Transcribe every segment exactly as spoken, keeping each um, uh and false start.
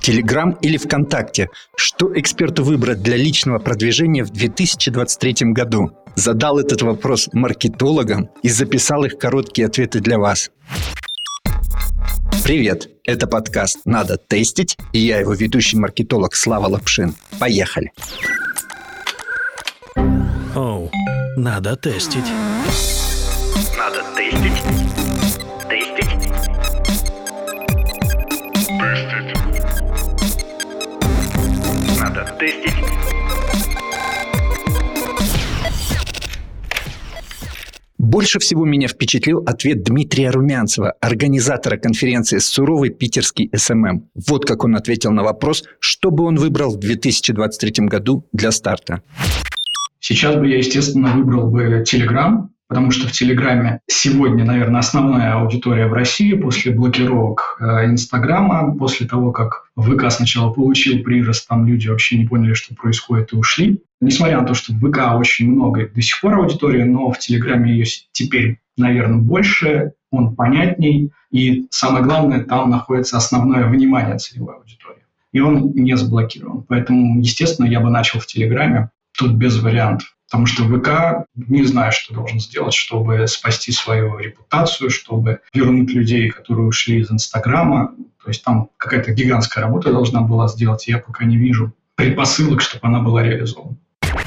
Телеграм или ВКонтакте? Что эксперту выбрать для личного продвижения в две тысячи двадцать третьем году? Задал этот вопрос маркетологам и записал их короткие ответы для вас. Привет! Это подкаст «Надо тестить» и я его ведущий маркетолог Слава Лапшин. Поехали! Оу, надо тестить. Надо тестить. Тестить. Тестить. Надо тестить. Больше всего меня впечатлил ответ Дмитрия Румянцева, организатора конференции «Суровый питерский эс эм эм». Вот как он ответил на вопрос, что бы он выбрал в две тысячи двадцать третьем году для старта. Сейчас бы я, естественно, выбрал бы Telegram, потому что в Телеграме сегодня, наверное, основная аудитория в России после блокировок э, Инстаграма, после того, как ВК сначала получил прирост, там люди вообще не поняли, что происходит, и ушли. Несмотря на то, что в ВК очень много до сих пор аудитории, но в Телеграме ее теперь, наверное, больше, он понятней, и самое главное, там находится основное внимание целевой аудитории. И он не заблокирован. Поэтому, естественно, я бы начал в Телеграме, тут без вариантов. Потому что ВК не знаю, что должен сделать, чтобы спасти свою репутацию, чтобы вернуть людей, которые ушли из Инстаграма. То есть там какая-то гигантская работа должна была сделать, я пока не вижу предпосылок, чтобы она была реализована.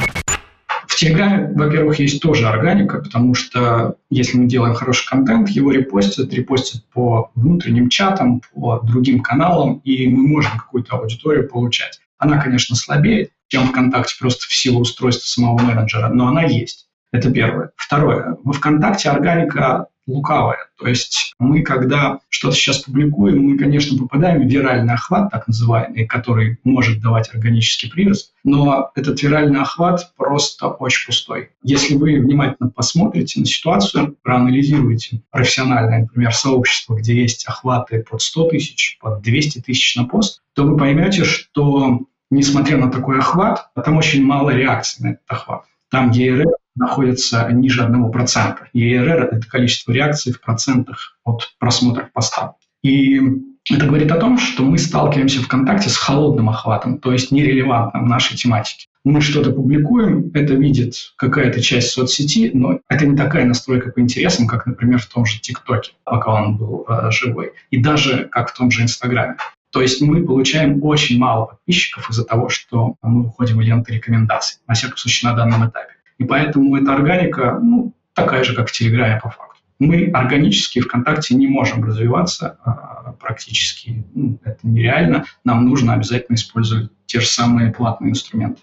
В Телеграме, во-первых, есть тоже органика, потому что если мы делаем хороший контент, его репостят, репостят по внутренним чатам, по другим каналам, и мы можем какую-то аудиторию получать. Она, конечно, слабее, чем ВКонтакте, просто в силу устройства самого менеджера, но она есть. Это первое. Второе. Во ВКонтакте органика лукавая. То есть мы, когда что-то сейчас публикуем, мы, конечно, попадаем в виральный охват, так называемый, который может давать органический прирост, но этот виральный охват просто очень пустой. Если вы внимательно посмотрите на ситуацию, проанализируете профессиональное, например, сообщество, где есть охваты под сто тысяч, под двести тысяч на пост, то вы поймете, что несмотря на такой охват, там очень мало реакций на этот охват. Там и ар эр находится ниже одного процента. и ар эр – это количество реакций в процентах от просмотров поста. И это говорит о том, что мы сталкиваемся в ВКонтакте с холодным охватом, то есть нерелевантным нашей тематике. Мы что-то публикуем, это видит какая-то часть соцсети, но это не такая настройка по интересам, как, например, в том же ТикТоке, пока он был э, живой, и даже как в том же Инстаграме. То есть мы получаем очень мало подписчиков из-за того, что мы уходим в ленты рекомендаций, на всяком случае, на данном этапе. И поэтому эта органика, ну, такая же, как в Телеграме по факту. Мы органически ВКонтакте не можем развиваться а, практически. Ну, это нереально. Нам нужно обязательно использовать те же самые платные инструменты.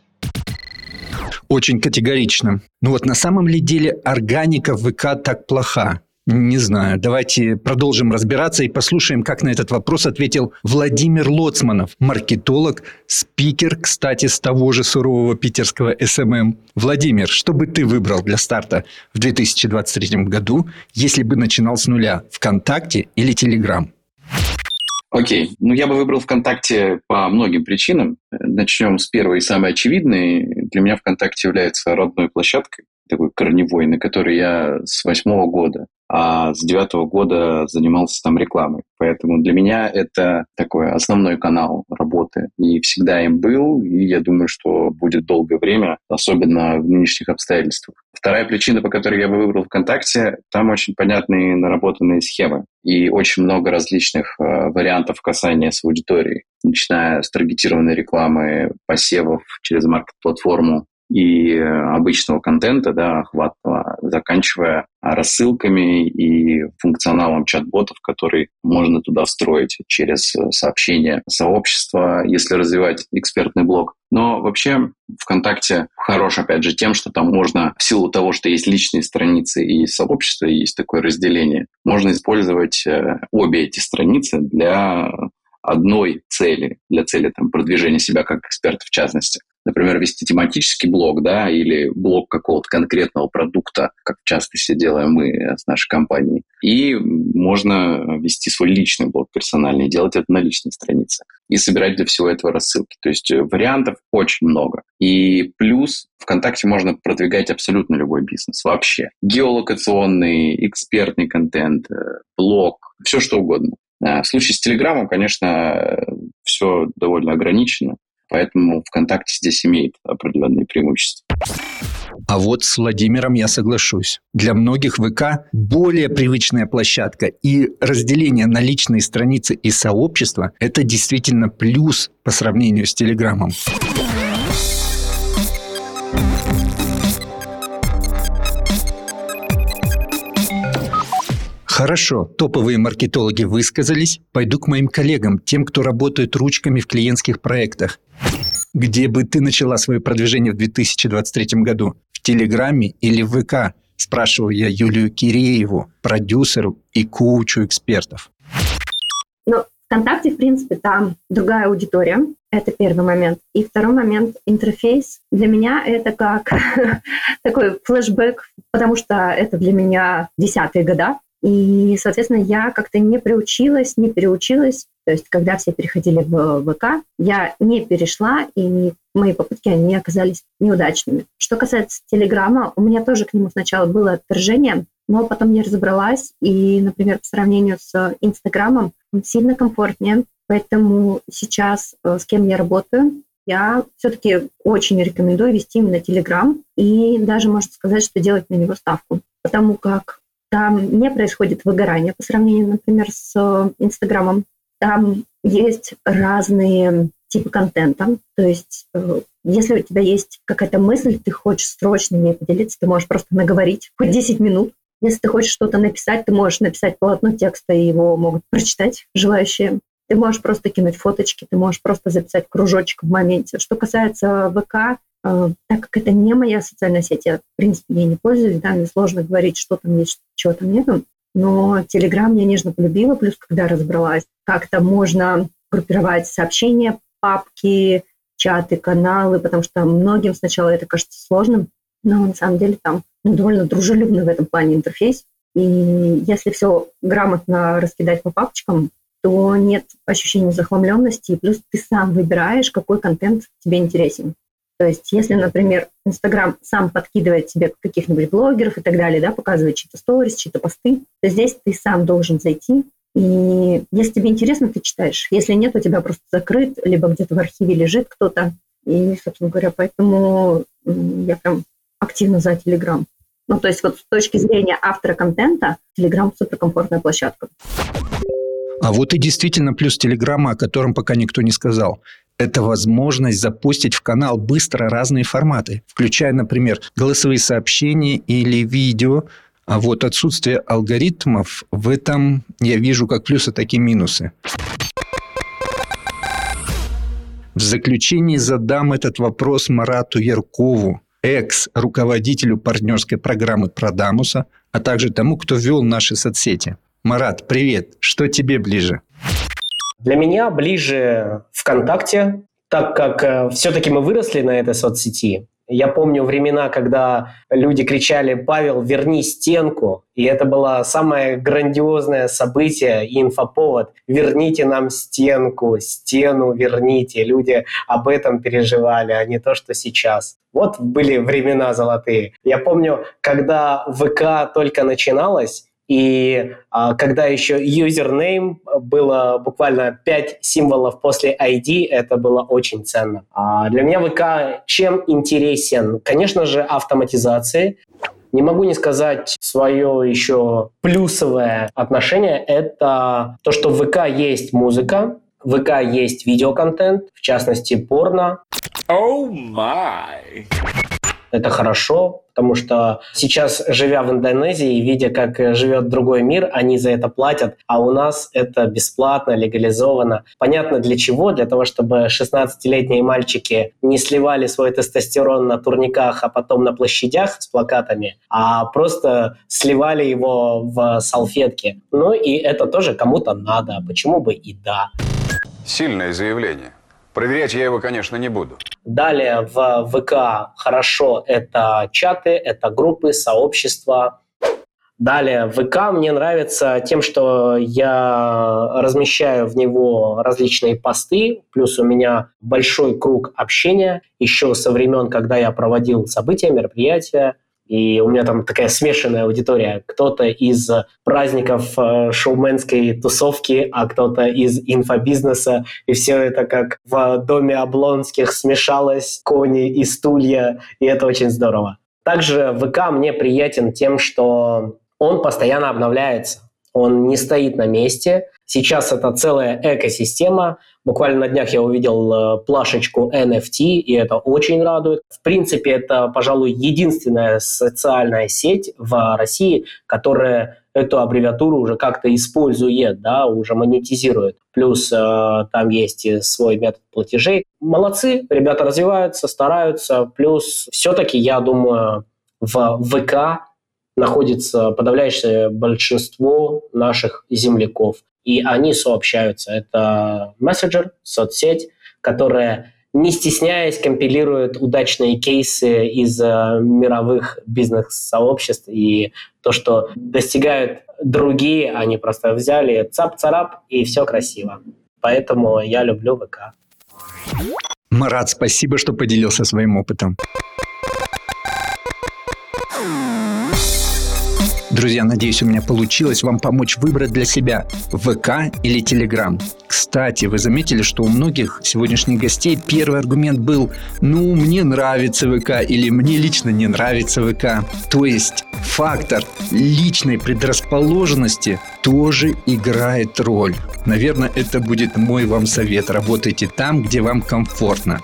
Очень категорично. Ну вот на самом ли деле органика в ВК так плоха? Не знаю. Давайте продолжим разбираться и послушаем, как на этот вопрос ответил Владимир Лоцманов, маркетолог, спикер, кстати, с того же сурового питерского эс эм эм. Владимир, что бы ты выбрал для старта в две тысячи двадцать третьем году, если бы начинал с нуля? ВКонтакте или Телеграм? Окей. Ну, я бы выбрал ВКонтакте по многим причинам. Начнем с первой и самой очевидной. Для меня ВКонтакте является родной площадкой, такой корневой, на которой я с восьмого года, а с девятого года занимался там рекламой. Поэтому для меня это такой основной канал работы. И всегда им был, и я думаю, что будет долгое время, особенно в нынешних обстоятельствах. Вторая причина, по которой я бы выбрал ВКонтакте, там очень понятные наработанные схемы и очень много различных э, вариантов касания с аудиторией, начиная с таргетированной рекламы, посевов через маркет-платформу и обычного контента, да, охватного, заканчивая рассылками и функционалом чат-ботов, который можно туда встроить через сообщения сообщества, если развивать экспертный блог. Но вообще ВКонтакте хорош, опять же, тем, что там можно, в силу того, что есть личные страницы и есть сообщество, и есть такое разделение, можно использовать обе эти страницы для одной цели, для цели там, продвижения себя как эксперта в частности. Например, вести тематический блог, да, или блог какого-то конкретного продукта, как в частности делаем мы с нашей компанией. И можно вести свой личный блог персональный, делать это на личной странице и собирать для всего этого рассылки. То есть вариантов очень много. И плюс ВКонтакте можно продвигать абсолютно любой бизнес вообще. Геолокационный, экспертный контент, блог, все что угодно. В случае с Телеграмом, конечно, все все довольно ограничено, поэтому ВКонтакте здесь имеет определенные преимущества. А вот с Владимиром я соглашусь. Для многих ВК более привычная площадка, и разделение на личные страницы и сообщества – это действительно плюс по сравнению с Телеграмом. Хорошо, топовые маркетологи высказались. Пойду к моим коллегам, тем, кто работает ручками в клиентских проектах. Где бы ты начала свое продвижение в две тысячи двадцать третьем году? В Телеграме или в ВК? Спрашиваю я Юлию Кирееву, продюсеру и коучу экспертов. Ну, ВКонтакте, в принципе, там другая аудитория. Это первый момент. И второй момент – интерфейс. Для меня это как такой флешбэк, потому что это для меня десятые года. И, соответственно, я как-то не приучилась, не переучилась. То есть, когда все переходили в ВК, я не перешла, и мои попытки, они оказались неудачными. Что касается Телеграма, у меня тоже к нему сначала было отторжение, но потом я разобралась, и, например, по сравнению с Инстаграмом, он сильно комфортнее. Поэтому сейчас, с кем я работаю, я все-таки очень рекомендую вести именно Телеграм, и даже, можно сказать, что делать на него ставку. Потому как там не происходит выгорание по сравнению, например, с Инстаграмом. Там есть разные типы контента. То есть, если у тебя есть какая-то мысль, ты хочешь срочно ей поделиться, ты можешь просто наговорить хоть десять минут. Если ты хочешь что-то написать, ты можешь написать полотно текста, и его могут прочитать желающие. Ты можешь просто кинуть фоточки, ты можешь просто записать кружочек в моменте. Что касается ВК, э, так как это не моя социальная сеть, я, в принципе, ей не пользуюсь, да, мне сложно говорить, что там есть, чего там нету. Но Телеграм я нежно полюбила, плюс когда разобралась, как там можно группировать сообщения, папки, чаты, каналы, потому что многим сначала это кажется сложным, но на самом деле там ну, довольно дружелюбный в этом плане интерфейс. И если все грамотно раскидать по папочкам, то нет ощущения захламленности, и плюс ты сам выбираешь, какой контент тебе интересен. То есть, если, например, Инстаграм сам подкидывает тебе каких-нибудь блогеров и так далее, да, показывает чьи-то сторис, чьи-то посты, то здесь ты сам должен зайти, и если тебе интересно, ты читаешь. Если нет, у тебя просто закрыт, либо где-то в архиве лежит кто-то. И, собственно говоря, поэтому я прям активно за Телеграм. Ну, то есть вот с точки зрения автора контента, Телеграм суперкомфортная площадка. А вот и действительно плюс Телеграма, о котором пока никто не сказал. Это возможность запустить в канал быстро разные форматы, включая, например, голосовые сообщения или видео. А вот отсутствие алгоритмов в этом я вижу как плюсы, так и минусы. В заключении задам этот вопрос Марату Яркову, экс-руководителю партнерской программы Продамуса, а также тому, кто вел наши соцсети. Марат, привет. Что тебе ближе? Для меня ближе ВКонтакте, так как э, все-таки мы выросли на этой соцсети. Я помню времена, когда люди кричали: «Павел, верни стенку». И это было самое грандиозное событие и инфоповод. «Верните нам стенку, стену верните». Люди об этом переживали, а не то, что сейчас. Вот были времена золотые. Я помню, когда ВК только начиналось, и а, когда еще юзернейм было буквально пять символов после ай ди, это было очень ценно. А для меня ВК чем интересен? Конечно же, автоматизацией. Не могу не сказать свое еще плюсовое отношение. Это то, что в ВК есть музыка, в ВК есть видеоконтент, в частности, порно. Oh my. Это хорошо, потому что сейчас, живя в Индонезии и видя, как живет другой мир, они за это платят, а у нас это бесплатно, легализовано. Понятно для чего? Для того, чтобы шестнадцатилетние мальчики не сливали свой тестостерон на турниках, а потом на площадях с плакатами, а просто сливали его в салфетки. Ну и это тоже кому-то надо, почему бы и да. Сильное заявление. Проверять я его, конечно, не буду. Далее в ВК хорошо это чаты, это группы, сообщества. Далее ВК мне нравится тем, что я размещаю в него различные посты, плюс у меня большой круг общения еще со времен, когда я проводил события, мероприятия. И у меня там такая смешанная аудитория. Кто-то из праздников э, шоуменской тусовки, а кто-то из инфобизнеса. И все это как в доме Облонских смешалось, кони и стулья. И это очень здорово. Также ВК мне приятен тем, что он постоянно обновляется. Он не стоит на месте. Сейчас это целая экосистема. Буквально на днях я увидел э, плашечку эн эф ти, и это очень радует. В принципе, это, пожалуй, единственная социальная сеть в России, которая эту аббревиатуру уже как-то использует, да, уже монетизирует. Плюс э, там есть и свой метод платежей. Молодцы, ребята развиваются, стараются. Плюс все-таки, я думаю, в ВК находится подавляющее большинство наших земляков. И они сообщаются. Это мессенджер, соцсеть, которая, не стесняясь, компилирует удачные кейсы из э, мировых бизнес-сообществ. И то, что достигают другие, они просто взяли цап-царап, и все красиво. Поэтому я люблю ВК. Марат, спасибо, что поделился своим опытом. Друзья, надеюсь, у меня получилось вам помочь выбрать для себя ВК или Телеграм. Кстати, вы заметили, что у многих сегодняшних гостей первый аргумент был «ну, мне нравится ВК» или «мне лично не нравится ВК». То есть фактор личной предрасположенности тоже играет роль. Наверное, это будет мой вам совет. Работайте там, где вам комфортно.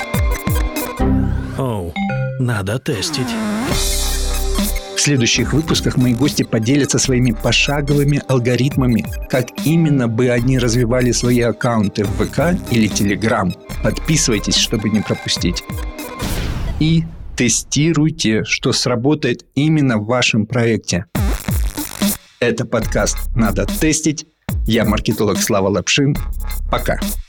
Оу, надо тестить. В следующих выпусках мои гости поделятся своими пошаговыми алгоритмами, как именно бы они развивали свои аккаунты в ВК или Телеграм. Подписывайтесь, чтобы не пропустить. И тестируйте, что сработает именно в вашем проекте. Это подкаст «Надо тестить». Я маркетолог Слава Лапшин. Пока.